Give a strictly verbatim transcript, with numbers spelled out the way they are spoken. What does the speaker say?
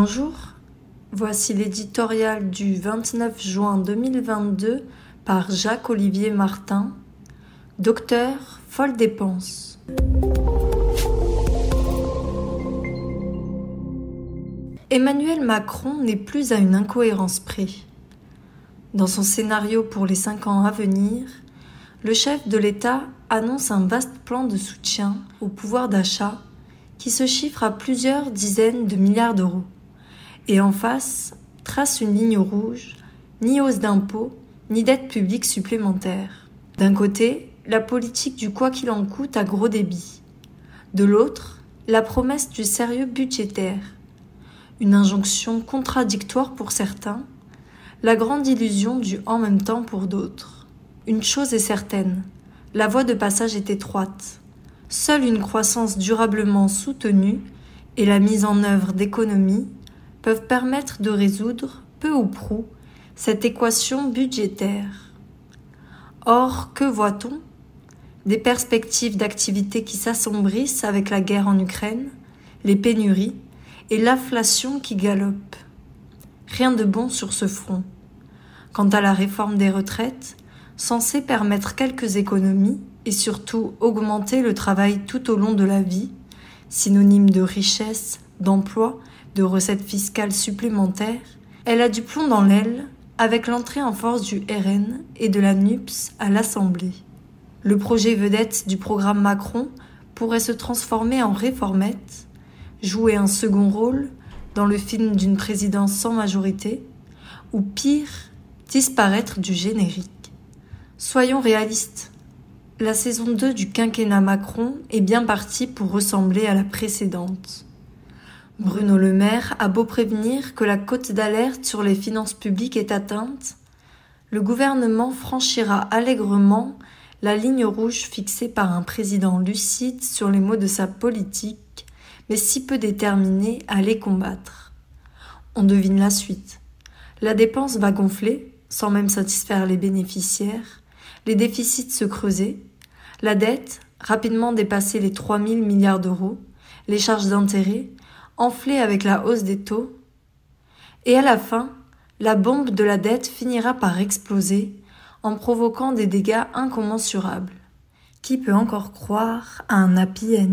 Bonjour, voici l'éditorial du vingt-neuf juin deux mille vingt-deux par Jacques-Olivier Martin, Docteur Folle Dépense. Emmanuel Macron n'est plus à une incohérence près. Dans son scénario pour les cinq ans à venir, le chef de l'État annonce un vaste plan de soutien au pouvoir d'achat qui se chiffre à plusieurs dizaines de milliards d'euros. Et en face, trace une ligne rouge, ni hausse d'impôts, ni dette publique supplémentaire. D'un côté, la politique du quoi qu'il en coûte à gros débit. De l'autre, la promesse du sérieux budgétaire. Une injonction contradictoire pour certains, la grande illusion du en même temps pour d'autres. Une chose est certaine, la voie de passage est étroite. Seule une croissance durablement soutenue et la mise en œuvre d'économies peuvent permettre de résoudre, peu ou prou, cette équation budgétaire. Or, que voit-on ? Des perspectives d'activité qui s'assombrissent avec la guerre en Ukraine, les pénuries et l'inflation qui galope. Rien de bon sur ce front. Quant à la réforme des retraites, censée permettre quelques économies et surtout augmenter le travail tout au long de la vie, synonyme de richesse, d'emploi, de recettes fiscales supplémentaires, elle a du plomb dans l'aile avec l'entrée en force du R N et de la N U P S à l'Assemblée. Le projet vedette du programme Macron pourrait se transformer en réformette, jouer un second rôle dans le film d'une présidence sans majorité, ou pire, disparaître du générique. Soyons réalistes. La saison deux du quinquennat Macron est bien partie pour ressembler à la précédente. Bruno Le Maire a beau prévenir que la cote d'alerte sur les finances publiques est atteinte, le gouvernement franchira allègrement la ligne rouge fixée par un président lucide sur les mots de sa politique, mais si peu déterminé à les combattre. On devine la suite. La dépense va gonfler, sans même satisfaire les bénéficiaires, les déficits se creuser, la dette, rapidement dépasser les trois mille milliards d'euros, les charges d'intérêt, enflées avec la hausse des taux, et à la fin, la bombe de la dette finira par exploser en provoquant des dégâts incommensurables. Qui peut encore croire à un happy end ?